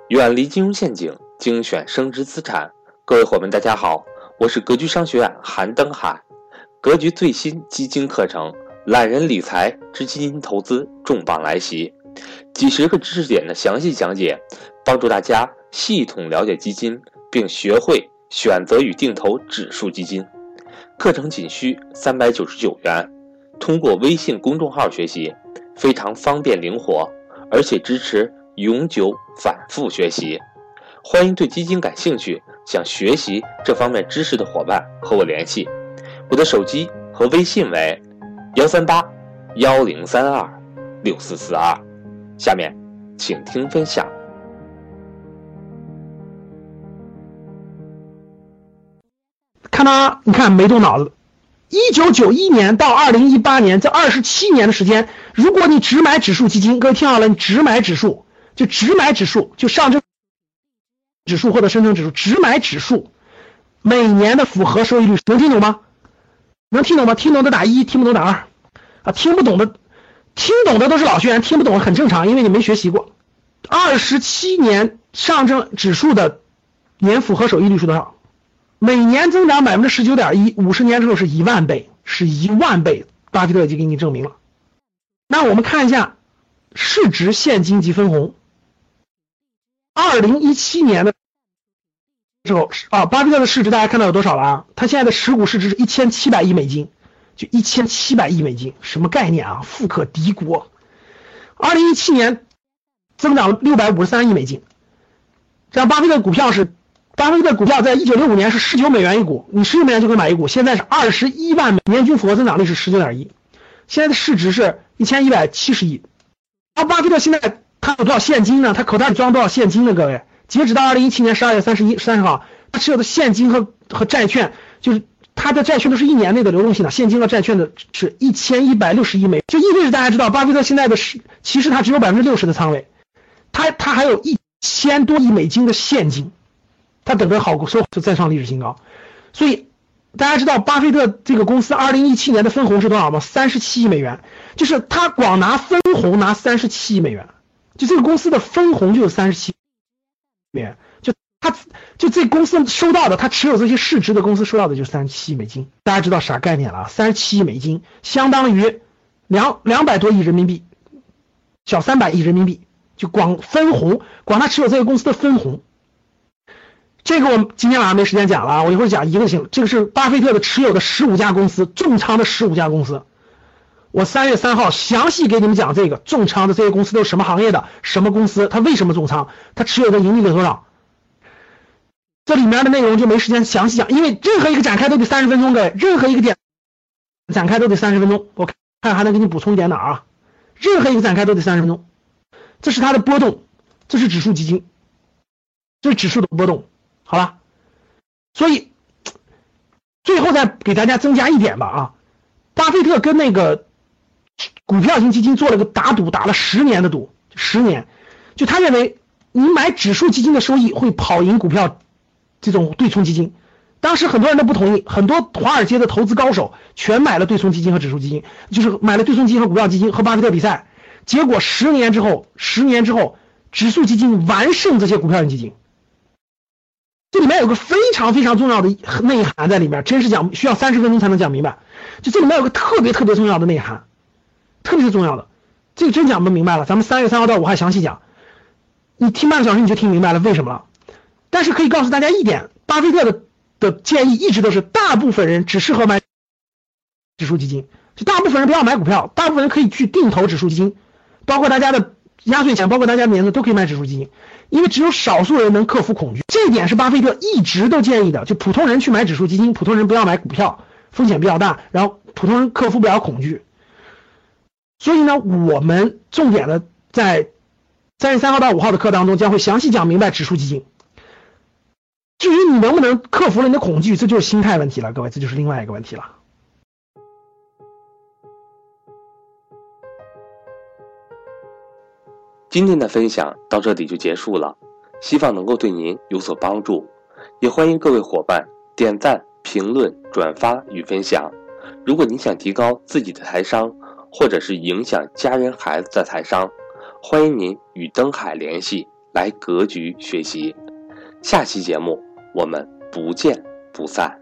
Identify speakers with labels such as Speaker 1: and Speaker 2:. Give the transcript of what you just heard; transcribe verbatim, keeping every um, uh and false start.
Speaker 1: 远离金融陷阱，精选升值资产。各位伙伴大家好，我是格局商学院韩登海。格局最新基金课程懒人理财之基金投资重磅来袭，几十个知识点的详细讲解，帮助大家系统了解基金，并学会选择与定投指数基金。课程仅需三百九十九元，通过微信公众号学习，非常方便灵活，而且支持永久反复学习。欢迎对基金感兴趣、想学习这方面知识的伙伴和我联系。我的手机和微信为幺三八幺零三二六四四二。下面请听分享。
Speaker 2: 看他，你看没动脑子。一九九一年到二零一八年这二十七年的时间，如果你只买指数基金，各位听好了，你只买指数，就只买指数，就上证指数或者深成指数，只买指数，每年的复合收益率能听懂吗？能听懂吗？听懂的打一，听不懂打二啊！听不懂的，听懂的都是老学员，听不懂很正常，因为你没学习过。二十七年上证指数的年复合收益率是多少？每年增长 百分之十九点一， 五十年之后是一万倍，是一万倍，巴菲特已经给你证明了。那我们看一下市值、现金及分红。二零一七年的时候啊，巴菲特的市值大家看到有多少了啊？他现在的持股市值是一千七百亿美金，就一千七百亿美金，什么概念啊？富可敌国。二零一七年增长六百五十三亿美金，这样巴菲特股票是巴菲特股票在一九六五年是十九美元一股，你十九美元就可以买一股，现在是二十一万美，年均复合增长率是 十九点一， 现在的市值是一千一百七十亿。而巴菲特现在他有多少现金呢？他口袋里装多少现金呢？各位，截止到二零一七年十二月三十一号，他持有的现金和和债券，就是他的债券都是一年内的流动性的，现金和债券的是一千一百六十亿美元，就意味着大家知道巴菲特现在的是其实他只有 百分之六十 的仓位，他他还有一千多亿美金的现金，他等着好股收就再创历史新高。所以大家知道巴菲特这个公司二零一七年的分红是多少吗？三十七亿美元，就是他光拿分红拿三十七亿美元，就这个公司的分红就有三十七亿美元，就他就这公司收到的，他持有这些市值的公司收到的就三十七亿美金。大家知道啥概念了啊？三十七亿美金相当于两两百多亿人民币，小三百亿人民币，就光分红，光他持有这个公司的分红。这个我今天晚上没时间讲了，我一会儿讲一个就行。这个是巴菲特的持有的十五家公司，重仓的十五家公司。我三月三号详细给你们讲这个重仓的这些公司都是什么行业的，什么公司，它为什么重仓，它持有的盈利有多少。这里面的内容就没时间详细讲，因为任何一个展开都得三十分钟，各位，任何一个点展开都得三十分钟。我看还能给你补充一点哪儿啊？任何一个展开都得三十分钟。这是它的波动，这是指数基金，这是指数的波动。好了，所以最后再给大家增加一点吧啊，巴菲特跟那个股票型基金做了个打赌，打了十年的赌，十年，就他认为你买指数基金的收益会跑赢股票这种对冲基金。当时很多人都不同意，很多华尔街的投资高手全买了对冲基金和指数基金，就是买了对冲基金和股票基金和巴菲特比赛，结果十年之后，十年之后，指数基金完胜这些股票型基金。这里面有个非常非常重要的内涵在里面，真是讲需要三十分钟才能讲明白。就这里面有个特别特别重要的内涵，特别是重要的，这个真讲不明白了。咱们三月三号到五号详细讲，你听半个小时你就听明白了为什么了。但是可以告诉大家一点，巴菲特的的建议一直都是，大部分人只适合买指数基金，就大部分人不要买股票，大部分人可以去定投指数基金，包括大家的压岁钱，包括大家的年资都可以买指数基金。因为只有少数人能克服恐惧，这一点是巴菲特一直都建议的，就普通人去买指数基金，普通人不要买股票，风险比较大，然后普通人克服不了恐惧。所以呢，我们重点的在三月三号到五号的课当中将会详细讲明白指数基金。至于你能不能克服了你的恐惧，这就是心态问题了，各位，这就是另外一个问题了。
Speaker 1: 今天的分享到这里就结束了，希望能够对您有所帮助，也欢迎各位伙伴点赞、评论、转发与分享。如果您想提高自己的财商，或者是影响家人孩子的财商，欢迎您与登海联系， 来格局学习。下期节目我们不见不散。